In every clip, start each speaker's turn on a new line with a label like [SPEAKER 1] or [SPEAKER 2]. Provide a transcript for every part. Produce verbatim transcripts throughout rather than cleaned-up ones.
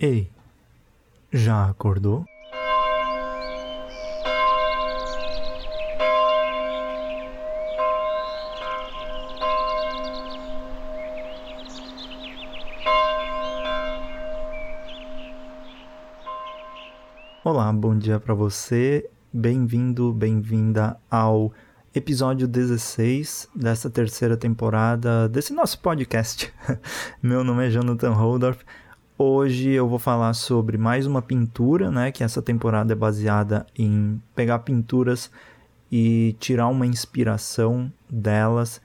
[SPEAKER 1] Ei, já acordou? Olá, bom dia para você. Bem-vindo, bem-vinda ao episódio dezesseis dessa terceira temporada desse nosso podcast. Meu nome é Jonathan Holdorf. Hoje eu vou falar sobre mais uma pintura, né? Que essa temporada é baseada em pegar pinturas e tirar uma inspiração delas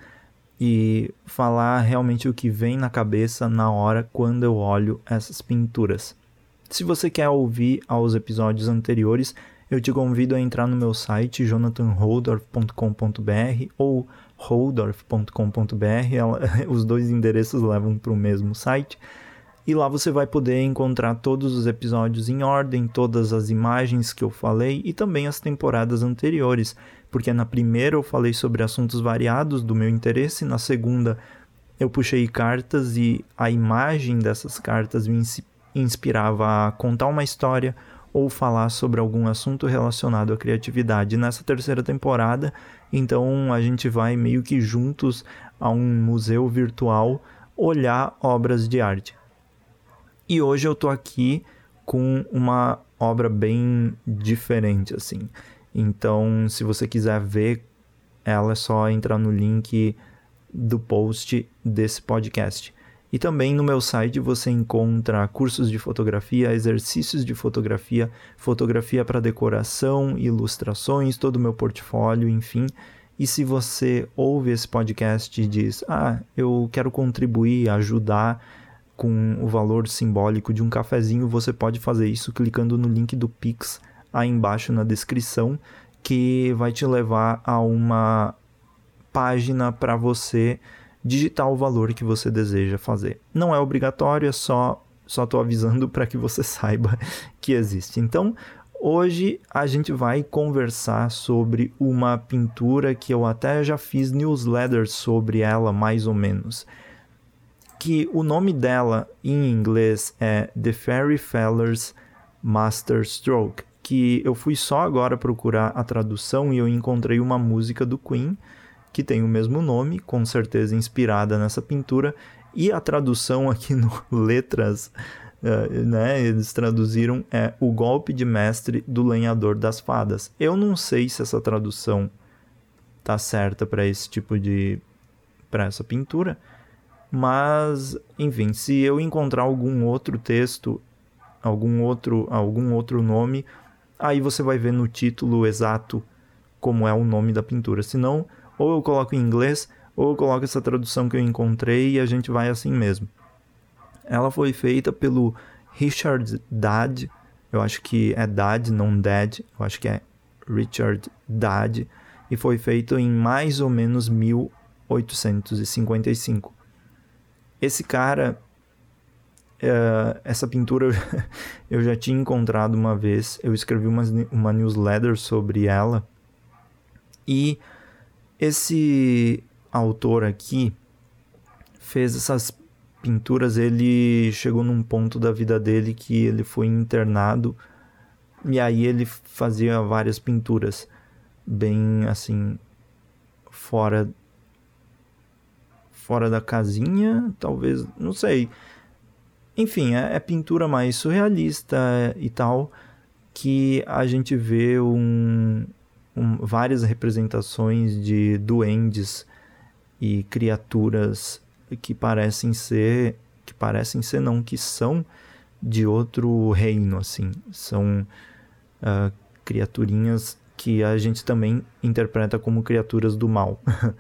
[SPEAKER 1] e falar realmente o que vem na cabeça na hora quando eu olho essas pinturas. Se você quer ouvir aos episódios anteriores, eu te convido a entrar no meu site jonathan holdorf ponto com ponto b r ou holdorf ponto com ponto b r. Os dois endereços levam para o mesmo site. E lá você vai poder encontrar todos os episódios em ordem, todas as imagens que eu falei e também as temporadas anteriores, porque na primeira eu falei sobre assuntos variados do meu interesse, na segunda eu puxei cartas e a imagem dessas cartas me inspirava a contar uma história ou falar sobre algum assunto relacionado à criatividade. Nessa terceira temporada, então a gente vai meio que juntos a um museu virtual olhar obras de arte. E hoje eu tô aqui com uma obra bem diferente, assim. Então, se você quiser ver ela, é só entrar no link do post desse podcast. E também no meu site você encontra cursos de fotografia, exercícios de fotografia, fotografia para decoração, ilustrações, todo o meu portfólio, enfim. E se você ouve esse podcast e diz, ah, eu quero contribuir, ajudar com o valor simbólico de um cafezinho, você pode fazer isso clicando no link do Pix aí embaixo na descrição, que vai te levar a uma página para você digitar o valor que você deseja fazer. Não é obrigatório, é só só estou avisando para que você saiba que existe. Então, hoje a gente vai conversar sobre uma pintura que eu até já fiz newsletters sobre ela, mais ou menos. Que o nome dela em inglês é The Fairy Fellers Masterstroke, que eu fui só agora procurar a tradução e eu encontrei uma música do Queen que tem o mesmo nome, com certeza inspirada nessa pintura, e a tradução aqui no Letras, uh, né, eles traduziram é O Golpe de Mestre do Lenhador das Fadas. Eu não sei se essa tradução tá certa para esse tipo de... para essa pintura, mas, enfim, se eu encontrar algum outro texto, algum outro, algum outro nome, aí você vai ver no título exato como é o nome da pintura. Se não, ou eu coloco em inglês, ou eu coloco essa tradução que eu encontrei e a gente vai assim mesmo. Ela foi feita pelo Richard Dad, eu acho que é Dad, não Dad, eu acho que é Richard Dad, e foi feito em mais ou menos mil oitocentos e cinquenta e cinco. Esse cara, uh, essa pintura eu já tinha encontrado uma vez, eu escrevi uma, uma newsletter sobre ela, e esse autor aqui fez essas pinturas, ele chegou num ponto da vida dele que ele foi internado, e aí ele fazia várias pinturas, bem assim, fora... fora da casinha, talvez, não sei. Enfim, é, é pintura mais surrealista e tal, que a gente vê um, um, várias representações de duendes e criaturas que parecem ser, que parecem ser não, que são de outro reino, assim. São uh, criaturinhas que a gente também interpreta como criaturas do mal.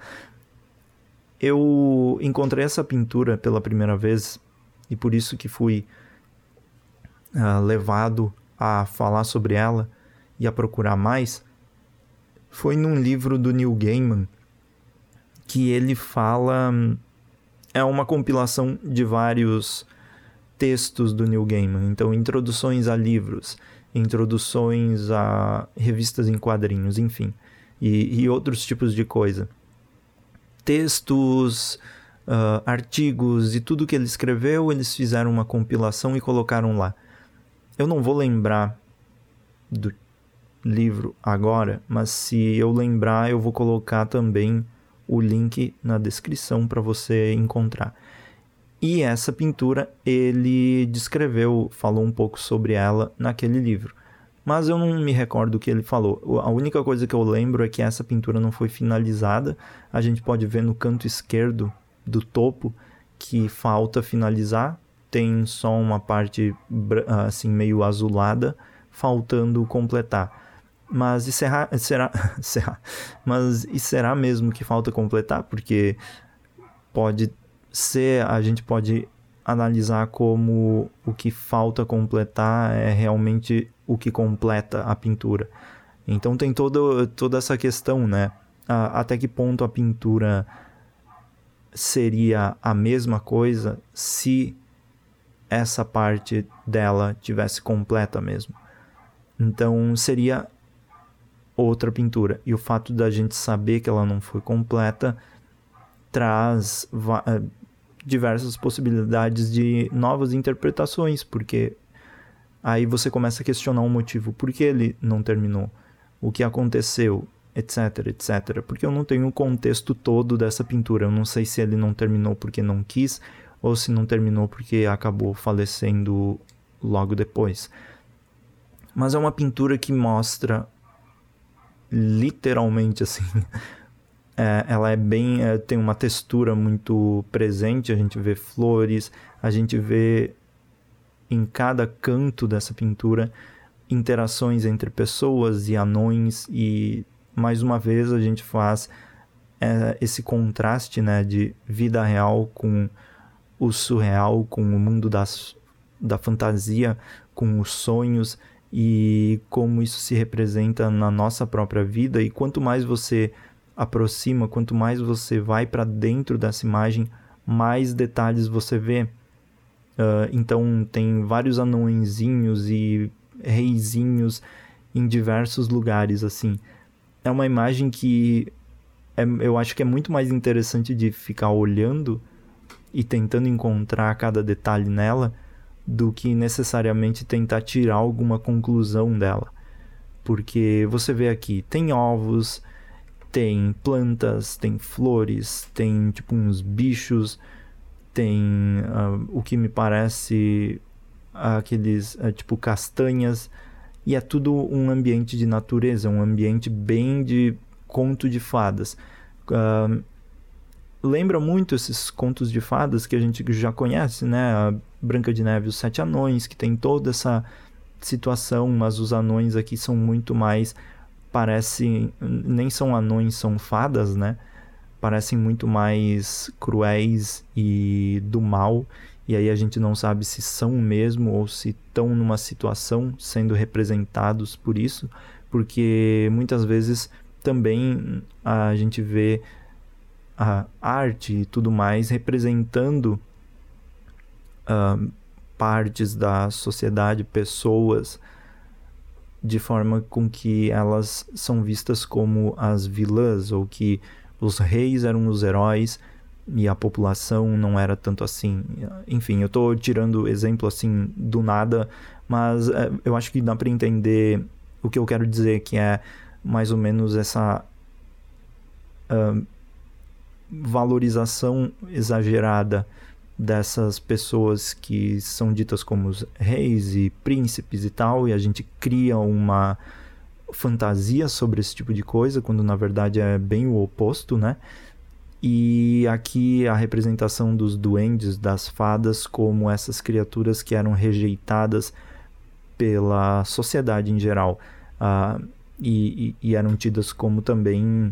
[SPEAKER 1] Eu encontrei essa pintura pela primeira vez e por isso que fui uh, levado a falar sobre ela e a procurar mais. Foi num livro do Neil Gaiman que ele fala... É uma compilação de vários textos do Neil Gaiman. Então, introduções a livros, introduções a revistas em quadrinhos, enfim. E, e outros tipos de coisa. Textos uh, artigos e tudo que ele escreveu, eles fizeram uma compilação e colocaram lá. Eu não vou lembrar do livro agora, mas se eu lembrar, eu vou colocar também o link na descrição para você encontrar. E essa pintura ele descreveu, falou um pouco sobre ela naquele livro. Mas eu não me recordo o que ele falou. A única coisa que eu lembro é que essa pintura não foi finalizada. A gente pode ver no canto esquerdo do topo que falta finalizar. Tem só uma parte assim meio azulada, faltando completar. Mas e será, será, será, mas e será mesmo que falta completar? Porque pode ser, a gente pode analisar como o que falta completar é realmente o que completa a pintura. Então tem todo, toda essa questão, né? Até que ponto a pintura seria a mesma coisa se essa parte dela tivesse completa mesmo. Então seria outra pintura. E o fato da gente saber que ela não foi completa traz diversas possibilidades de novas interpretações, porque aí você começa a questionar o motivo. Por que ele não terminou? O que aconteceu? Etc, etcétera. Porque eu não tenho o contexto todo dessa pintura. Eu não sei se ele não terminou porque não quis, ou se não terminou porque acabou falecendo logo depois. Mas é uma pintura que mostra literalmente assim... É, ela é bem, é, tem uma textura muito presente, a gente vê flores, a gente vê em cada canto dessa pintura interações entre pessoas e anões, e mais uma vez a gente faz é, esse contraste, né, de vida real com o surreal, com o mundo das, da fantasia, com os sonhos, e como isso se representa na nossa própria vida. E quanto mais você aproxima, quanto mais você vai para dentro dessa imagem, mais detalhes você vê. Uh, então tem vários anõezinhos e reizinhos em diversos lugares, assim. É uma imagem que é, eu acho que é muito mais interessante de ficar olhando e tentando encontrar cada detalhe nela do que necessariamente tentar tirar alguma conclusão dela. Porque você vê aqui, tem ovos, tem plantas, tem flores, tem tipo uns bichos, tem uh, o que me parece aqueles uh, tipo castanhas, e é tudo um ambiente de natureza, um ambiente bem de conto de fadas. Uh, lembra muito esses contos de fadas que a gente já conhece, né? A Branca de Neve e os Sete Anões, que tem toda essa situação, mas os anões aqui são muito mais... parecem, nem são anões, são fadas, né? Parecem muito mais cruéis e do mal, e aí a gente não sabe se são mesmo ou se estão numa situação sendo representados por isso, porque muitas vezes também a gente vê a arte e tudo mais representando uh, partes da sociedade, pessoas, de forma com que elas são vistas como as vilãs, ou que os reis eram os heróis e a população não era tanto assim. Enfim, eu estou tirando exemplo assim do nada, mas é, eu acho que dá para entender o que eu quero dizer, que é mais ou menos essa uh, valorização exagerada dessas pessoas que são ditas como os reis e príncipes e tal, e a gente cria uma fantasia sobre esse tipo de coisa, quando na verdade é bem o oposto, né? E aqui a representação dos duendes, das fadas, como essas criaturas que eram rejeitadas pela sociedade em geral, uh, e, e, e eram tidas como também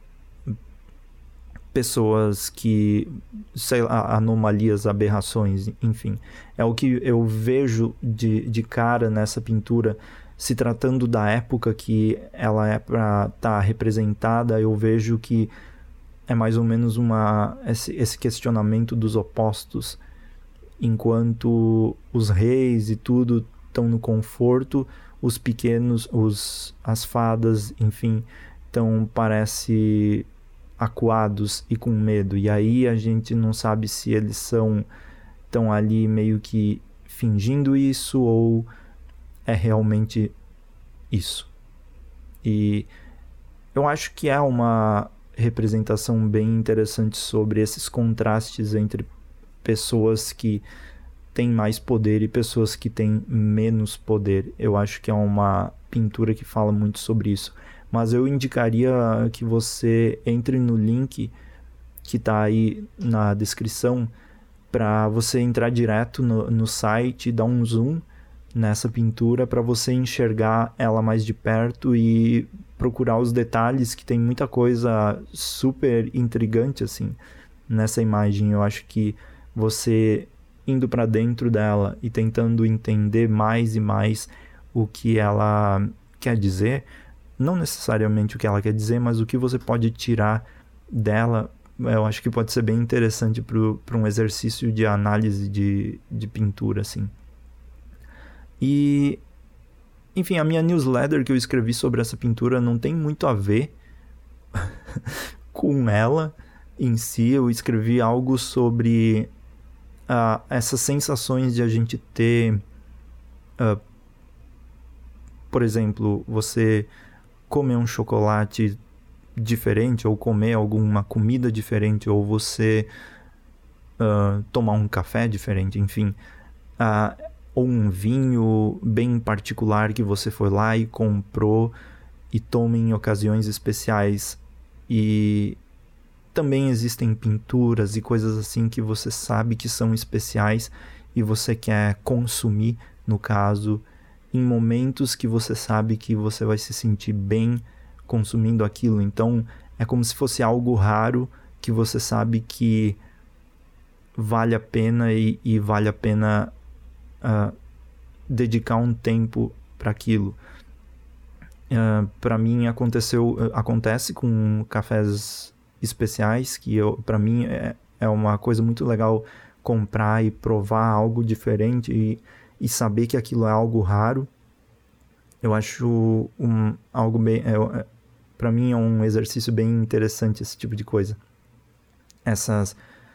[SPEAKER 1] pessoas que, sei lá, anomalias, aberrações, enfim. É o que eu vejo de, de cara nessa pintura, se tratando da época que ela é para estar tá representada. Eu vejo que é mais ou menos uma, esse, esse questionamento dos opostos. Enquanto os reis e tudo estão no conforto, os pequenos, os, as fadas, enfim, então parece acuados e com medo. E aí a gente não sabe se eles são estão ali meio que fingindo isso ou é realmente isso. E eu acho que é uma representação bem interessante sobre esses contrastes entre pessoas que têm mais poder e pessoas que têm menos poder. Eu acho que é uma pintura que fala muito sobre isso. Mas eu indicaria que você entre no link que está aí na descrição para você entrar direto no, no site, dar um zoom nessa pintura para você enxergar ela mais de perto e procurar os detalhes, que tem muita coisa super intrigante assim nessa imagem. Eu acho que você indo para dentro dela e tentando entender mais e mais o que ela quer dizer, não necessariamente o que ela quer dizer, mas o que você pode tirar dela, eu acho que pode ser bem interessante para um exercício de análise de, de pintura, assim. E, enfim, a minha newsletter que eu escrevi sobre essa pintura não tem muito a ver com ela em si. Eu escrevi algo sobre uh, essas sensações de a gente ter, uh, por exemplo, você comer um chocolate diferente, ou comer alguma comida diferente, ou você uh, tomar um café diferente, enfim, uh, ou um vinho bem particular que você foi lá e comprou e toma em ocasiões especiais. E também existem pinturas e coisas assim que você sabe que são especiais e você quer consumir, no caso, em momentos que você sabe que você vai se sentir bem consumindo aquilo. Então é como se fosse algo raro que você sabe que vale a pena e, e vale a pena uh, dedicar um tempo para aquilo. Uh, para mim aconteceu, uh, acontece com cafés especiais, que para mim é, é uma coisa muito legal comprar e provar algo diferente e, e saber que aquilo é algo raro. Eu acho um, algo bem... É, para mim é um exercício bem interessante esse tipo de coisa. Essas...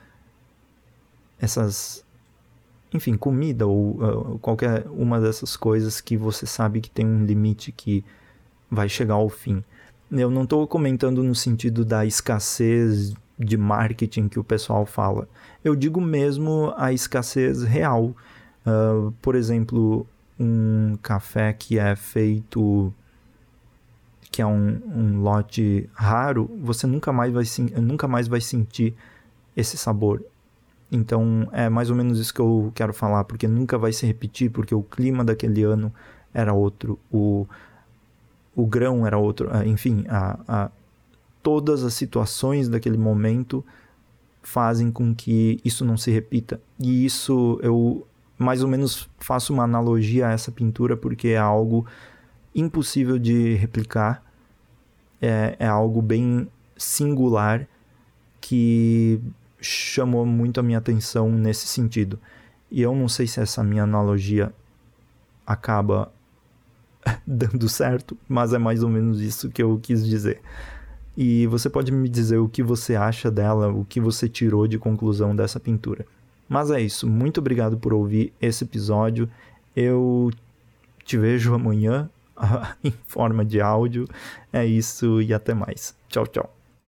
[SPEAKER 1] Essas... Enfim, comida ou uh, qualquer uma dessas coisas que você sabe que tem um limite que vai chegar ao fim. Eu não estou comentando no sentido da escassez de marketing que o pessoal fala. Eu digo mesmo a escassez real. Uh, por exemplo, um café que é feito... que é um, um lote raro, você nunca mais, vai, nunca mais vai sentir esse sabor. Então é mais ou menos isso que eu quero falar, porque nunca vai se repetir, porque o clima daquele ano era outro, o, o grão era outro, enfim, a, a, todas as situações daquele momento fazem com que isso não se repita. E isso eu mais ou menos faço uma analogia a essa pintura, porque é algo impossível de replicar, é, é algo bem singular que chamou muito a minha atenção nesse sentido. E eu não sei se essa minha analogia acaba dando certo, mas é mais ou menos isso que eu quis dizer. E você pode me dizer o que você acha dela, o que você tirou de conclusão dessa pintura. Mas é isso, muito obrigado por ouvir esse episódio. Eu te vejo amanhã em forma de áudio. É isso e até mais. Tchau, tchau.